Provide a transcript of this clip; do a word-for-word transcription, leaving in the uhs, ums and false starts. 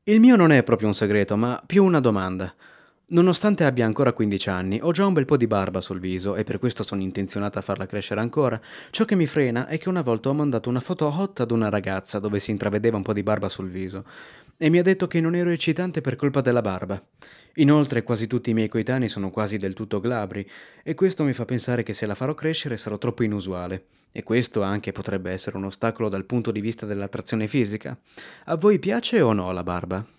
Il mio non è proprio un segreto, ma più una domanda. Nonostante abbia ancora quindici anni, ho già un bel po' di barba sul viso e per questo sono intenzionata a farla crescere ancora. Ciò che mi frena è che una volta ho mandato una foto hot ad una ragazza dove si intravedeva un po' di barba sul viso e mi ha detto che non ero eccitante per colpa della barba. Inoltre, quasi tutti i miei coetanei sono quasi del tutto glabri e questo mi fa pensare che se la farò crescere sarò troppo inusuale. E questo anche potrebbe essere un ostacolo dal punto di vista dell'attrazione fisica. A voi piace o no la barba?